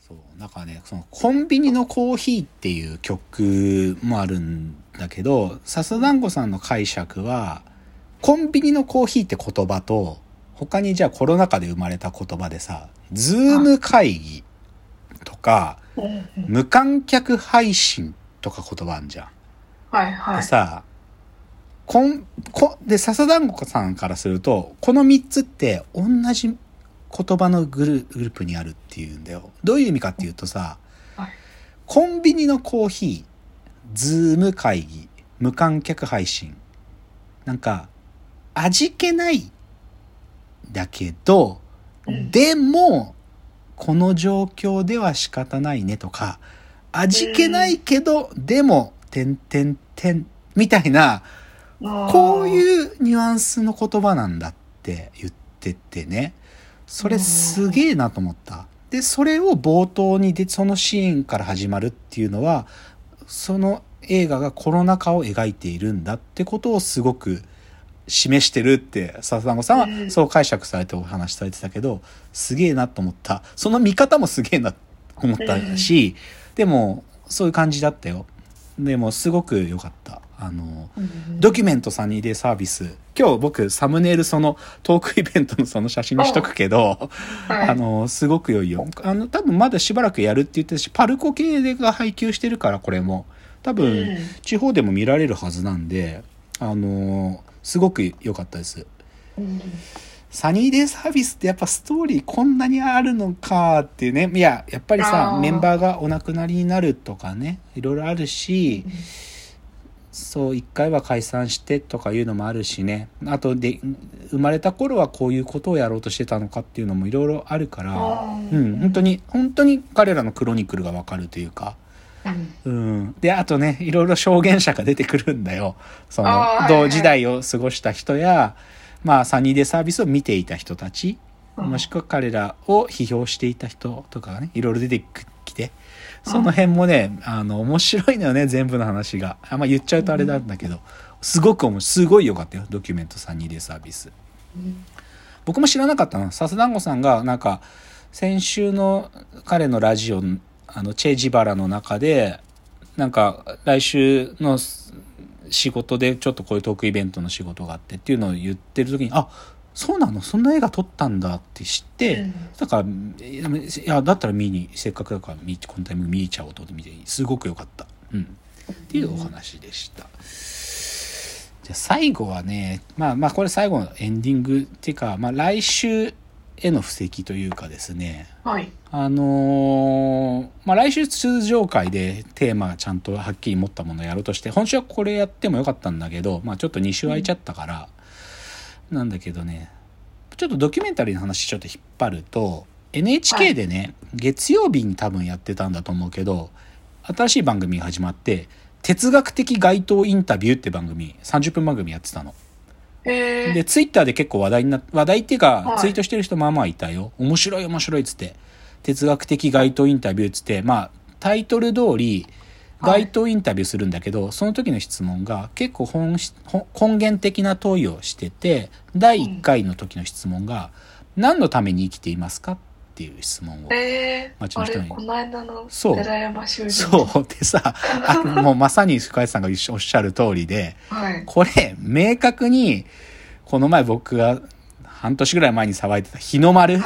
そうなんかね、そのコンビニのコーヒーっていう曲もあるんだけど、笹団子さんの解釈はコンビニのコーヒーって言葉と、他にじゃあコロナ禍で生まれた言葉でさ、ズーム会議とか無観客配信とか言葉あんじゃん。 はいはい。 でさ、で笹団子さんからするとこの3つって同じ言葉のグループにあるっていうんだよ。どういう意味かっていうとさ、 はい、 コンビニのコーヒー、ズーム会議、無観客配信、なんか味気ないだけど、でもこの状況では仕方ないねとか、味気ないけどでもみたいな、こういうニュアンスの言葉なんだって言っててね、それすげえなと思った。でそれを冒頭にそのシーンから始まるっていうのは、その映画がコロナ禍を描いているんだってことをすごく示してるって笹団子さんはそう解釈されてお話しされてたけど、すげえなと思った。その見方もすげえなと思ったし、でもそういう感じだったよ。でもすごく良かった。ドキュメントサニーデイサービス、今日僕サムネイルそのトークイベントのその写真にしとくけど、はい、すごく良いよ。多分まだしばらくやるって言ってたし、パルコ系でが配給してるから、これも多分地方でも見られるはずなんで、すごく良かったです。サニーデイサービスってやっぱストーリーこんなにあるのかっていうね。いや、やっぱりさ、メンバーがお亡くなりになるとかね、いろいろあるし、そう一回は解散してとかいうのもあるしね、あとで生まれた頃はこういうことをやろうとしてたのかっていうのもいろいろあるから、本当に彼らのクロニクルがわかるというか、であとね、いろいろ証言者が出てくるんだよ。その同時代を過ごした人や、まあサニーデイサービスを見ていた人たち、もしくは彼らを批評していた人とかがね、いろいろ出てきて、その辺もね、面白いのよね、全部の話が。言っちゃうとあれなんだけど、すごい良かったよ、ドキュメントサニーデイサービス。僕も知らなかったの。笹団子さんがなんか先週の彼のラジオ、チェジバラの中で、なんか来週の仕事でちょっとこういうトークイベントの仕事があってっていうのを言ってる時に、あ、そうなの、そんな映画撮ったんだって知って、だからいやだったらせっかくだからこのタイミング見にちゃおうと思って見て、すごく良かった、っていうお話でした。じゃあ最後はね、これ最後のエンディングっていうか、来週への布石というかですね、 はい、 来週通常回でテーマがちゃんとはっきり持ったものをやろうとして、本週はこれやってもよかったんだけど、ちょっと2週空いちゃったから、なんだけどね、ちょっとドキュメンタリーの話ちょっと引っ張ると、 NHK でね、月曜日に多分やってたんだと思うけど、新しい番組が始まって、哲学的街頭インタビューって番組、30分番組やってたの。でツイッターで結構話題っていうか、ツイートしてる人まあまあいたよ。面白いっつって、哲学的街頭インタビューっつって、タイトル通り街頭インタビューするんだけど、その時の質問が結構根源的な問いをしてて、第1回の時の質問が、何のために生きていますかっていう質問を街の人に。 この間の寺山修司。 そうでさ、もうまさに深井さんがおっしゃる通りで、これ明確にこの前僕が半年ぐらい前に騒いでた日の丸、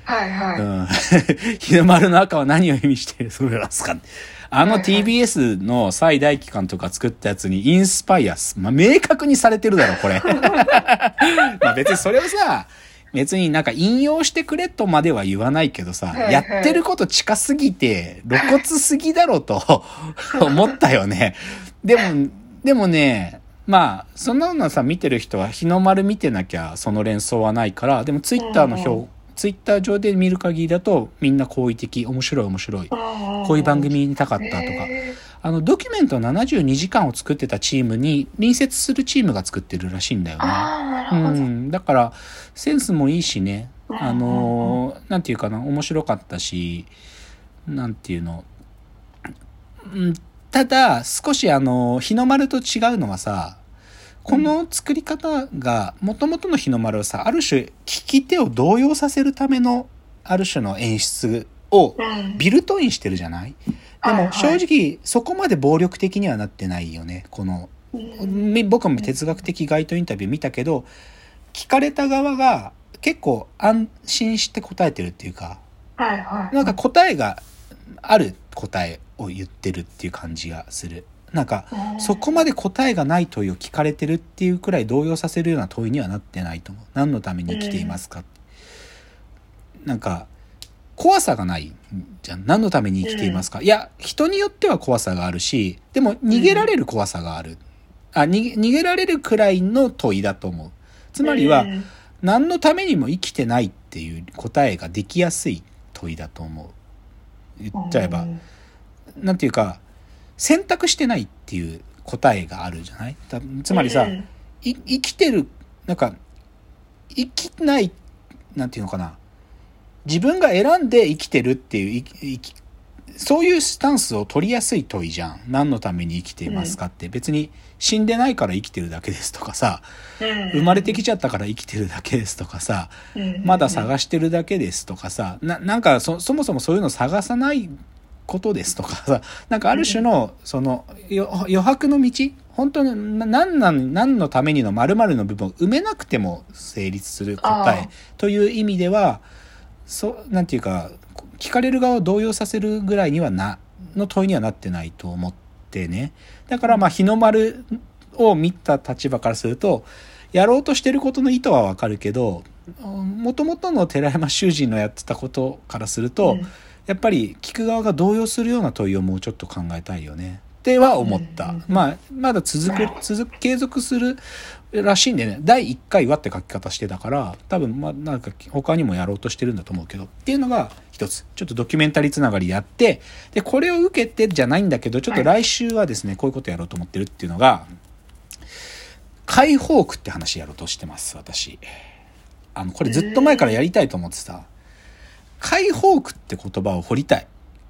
日の丸の赤は何を意味しているそうですか。TBS の蔡大輝監督が作ったやつにインスパイアス、明確にされてるだろこれ。別にそれをさ、別になんか引用してくれとまでは言わないけどさ、やってること近すぎて露骨すぎだろと思ったよね。でもね、そんなのさ、見てる人は日の丸見てなきゃその連想はないから、でもツイッター上で見る限りだとみんな好意的、面白い、こういう番組見たかったとか、ドキュメント72時間を作ってたチームに隣接するチームが作ってるらしいんだよね。だからセンスもいいしね、なんていうかな、面白かったし、なんていうの、ただ少し日の丸と違うのはさ、この作り方が元々の日の丸はさ、ある種聞き手を動揺させるためのある種の演出をうん。 ビルトインしてるじゃない。でも正直そこまで暴力的にはなってないよね。この僕も哲学的街頭インタビュー見たけど、聞かれた側が結構安心して答えてるっていうか、 はいはい。 なんか答えがある答えを言ってるっていう感じがする。なんかそこまで答えがない問いを聞かれてるっていうくらい動揺させるような問いにはなってないと思う。何のために生きていますか。なんか怖さがないじゃん。何のために生きていますか。いや、人によっては怖さがあるし、でも逃げられる怖さがある。逃げられるくらいの問いだと思う。つまりは、何のためにも生きてないっていう答えができやすい問いだと思う。言っちゃえば、なんていうか、選択してないっていう答えがあるじゃない。つまりさ、生きてる、なんか、生きない、なんていうのかな。自分が選んで生きてるっていう、そういうスタンスを取りやすい問いじゃん。何のために生きていますかって。別に死んでないから生きてるだけですとかさ、生まれてきちゃったから生きてるだけですとかさ、まだ探してるだけですとかさ、なんかそもそもそういうの探さないことですとかさ、なんかある種のその余白の道、本当に何のためにの〇〇の部分を埋めなくても成立する答えという意味では、なんていうか、聞かれる側を動揺させるぐらいにはの問いにはなってないと思ってね。だからまあ日の丸を見た立場からすると、やろうとしてることの意図はわかるけど、元々の寺山修司のやってたことからすると、やっぱり聞く側が動揺するような問いをもうちょっと考えたいよねっては思った。まあまだ継続するらしいんでね。第1回はって書き方してたから、多分まあなんか他にもやろうとしてるんだと思うけど、っていうのが一つちょっとドキュメンタリーつながりやって、でこれを受けてじゃないんだけど、ちょっと来週はですね、こういうことやろうと思ってるっていうのが、解放区って話やろうとしてます。私これずっと前からやりたいと思ってた。解放区って言葉を掘りたい。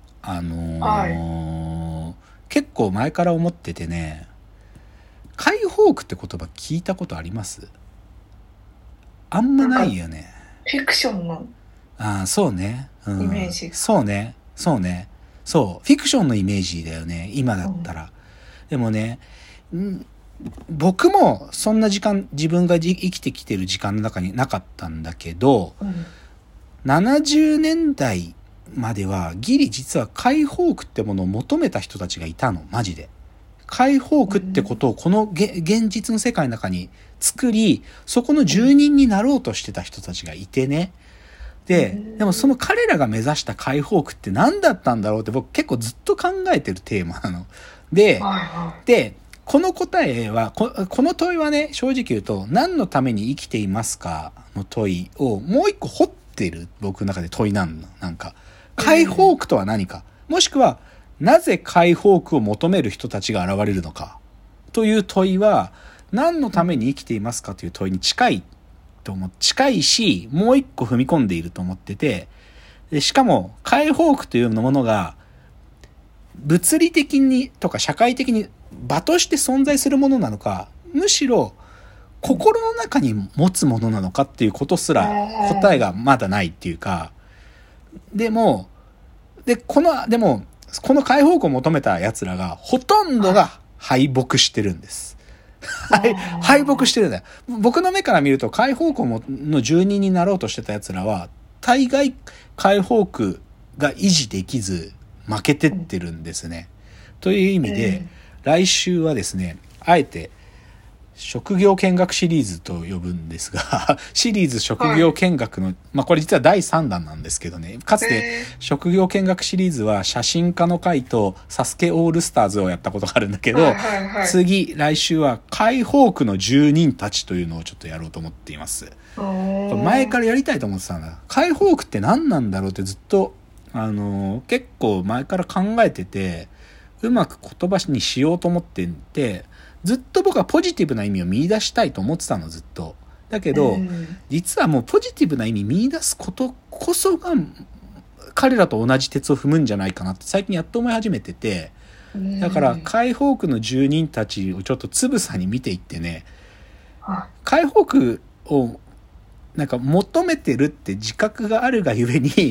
結構前から思っててね、解放区って言葉聞いたことあります？あんまないよね。 フィクションのそうね、 イメージ。 そうね。そう、フィクションのイメージだよね、今だったら。でもね、僕もそんな時間、自分が生きてきてる時間の中になかったんだけど、70年代まではギリ実は解放区ってものを求めた人たちがいたの、マジで。解放区ってことをこの現実の世界の中に作り、そこの住人になろうとしてた人たちがいてね。でもその彼らが目指した解放区って何だったんだろうって僕結構ずっと考えてるテーマなの。で、この答えは、この問いはね、正直言うと、何のために生きていますかの問いをもう一個掘ってる僕の中で問いなんの。なんか、解放区とは何か、もしくは、なぜ解放区を求める人たちが現れるのかという問いは、何のために生きていますかという問いに近いし、もう一個踏み込んでいると思ってて、でしかも解放区というものが物理的にとか社会的に場として存在するものなのか、むしろ心の中に持つものなのかっていうことすら答えがまだないっていうか、でもこの解放区を求めた奴らがほとんどが敗北してるんです。敗北してるんだよ。僕の目から見ると解放区の住人になろうとしてた奴らは大概解放区が維持できず負けてってるんですね。という意味で、来週はですね、あえて職業見学シリーズと呼ぶんですが、シリーズ職業見学の、これ実は第3弾なんですけどね、かつて職業見学シリーズは写真家の会とサスケオールスターズをやったことがあるんだけど、来週は解放区の住人たちというのをちょっとやろうと思っています。これ前からやりたいと思ってたんだ。解放区って何なんだろうってずっと、結構前から考えてて、うまく言葉にしようと思ってて、ずっと僕はポジティブな意味を見出したいと思ってたの、ずっと。だけど、実はもうポジティブな意味見出すことこそが彼らと同じ鉄を踏むんじゃないかなって最近やっと思い始めてて、だから解放区の住人たちをちょっとつぶさに見ていってね、解放区をなんか求めてるって自覚があるがゆえに、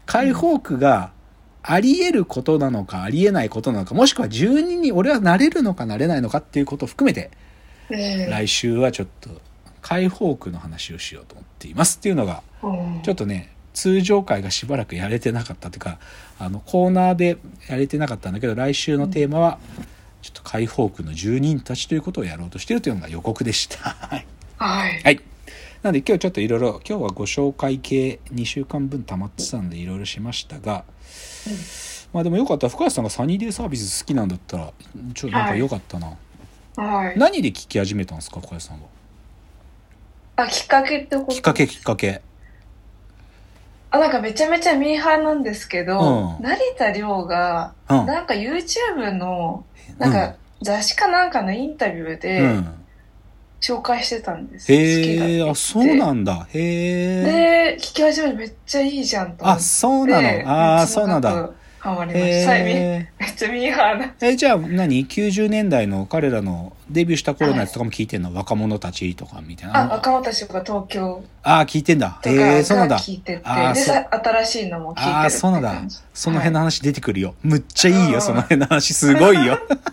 解放区があり得ることなのかあり得ないことなのか、もしくは住人に俺はなれるのかなれないのかっていうことを含めて、来週はちょっと解放区の話をしようと思っていますっていうのが、ちょっとね通常回がしばらくやれてなかったというか、コーナーでやれてなかったんだけど、来週のテーマはちょっと解放区の住人たちということをやろうとしているというのが予告でした。はい、はい、なので今日ちょっといろいろ、今日はご紹介系2週間分溜まってたんでいろいろしましたが、まあでもよかった。深谷さんがサニーデイサービス好きなんだったらなんかよかったな。何で聞き始めたんですか、深谷さんは。 きっかけってこと？ きっかけ。 なんかめちゃめちゃミーハーなんですけど、成田凌が、なんか YouTube の、なんか雑誌かなんかのインタビューで、紹介してたんです。 へえ、そうなんだ。へえ。で、聞き始めてめっちゃいいじゃんと思って。 そうなの。そうなんだ。 ハマりました。めっちゃミーハーな。 じゃあ90年代の彼らのデビューした頃のやつとかも聞いてんの？若者たちとかみたいな。 若者たちとか東京。 聞いてんだ。そうなんだ。 聞いてて。で、新しいのも聞いてる。 そうなんだ。その辺の話出てくるよ。むっちゃいいよ、その辺の話。すごいよ。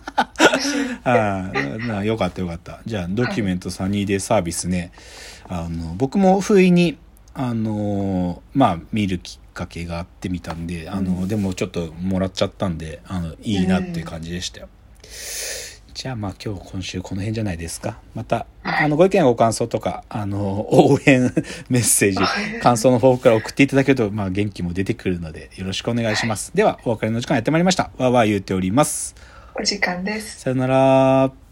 よかった。じゃあ、ドキュメントサニーデイサービスね。僕も不意に、見るきっかけがあってみたんで、でもちょっともらっちゃったんで、いいなっていう感じでしたよ。じゃあ今週この辺じゃないですか。また、ご意見ご感想とか、応援メッセージ、感想の方から送っていただけると、元気も出てくるので、よろしくお願いします。では、お別れの時間やってまいりました。わーわー言っております。 お時間です。 さよなら。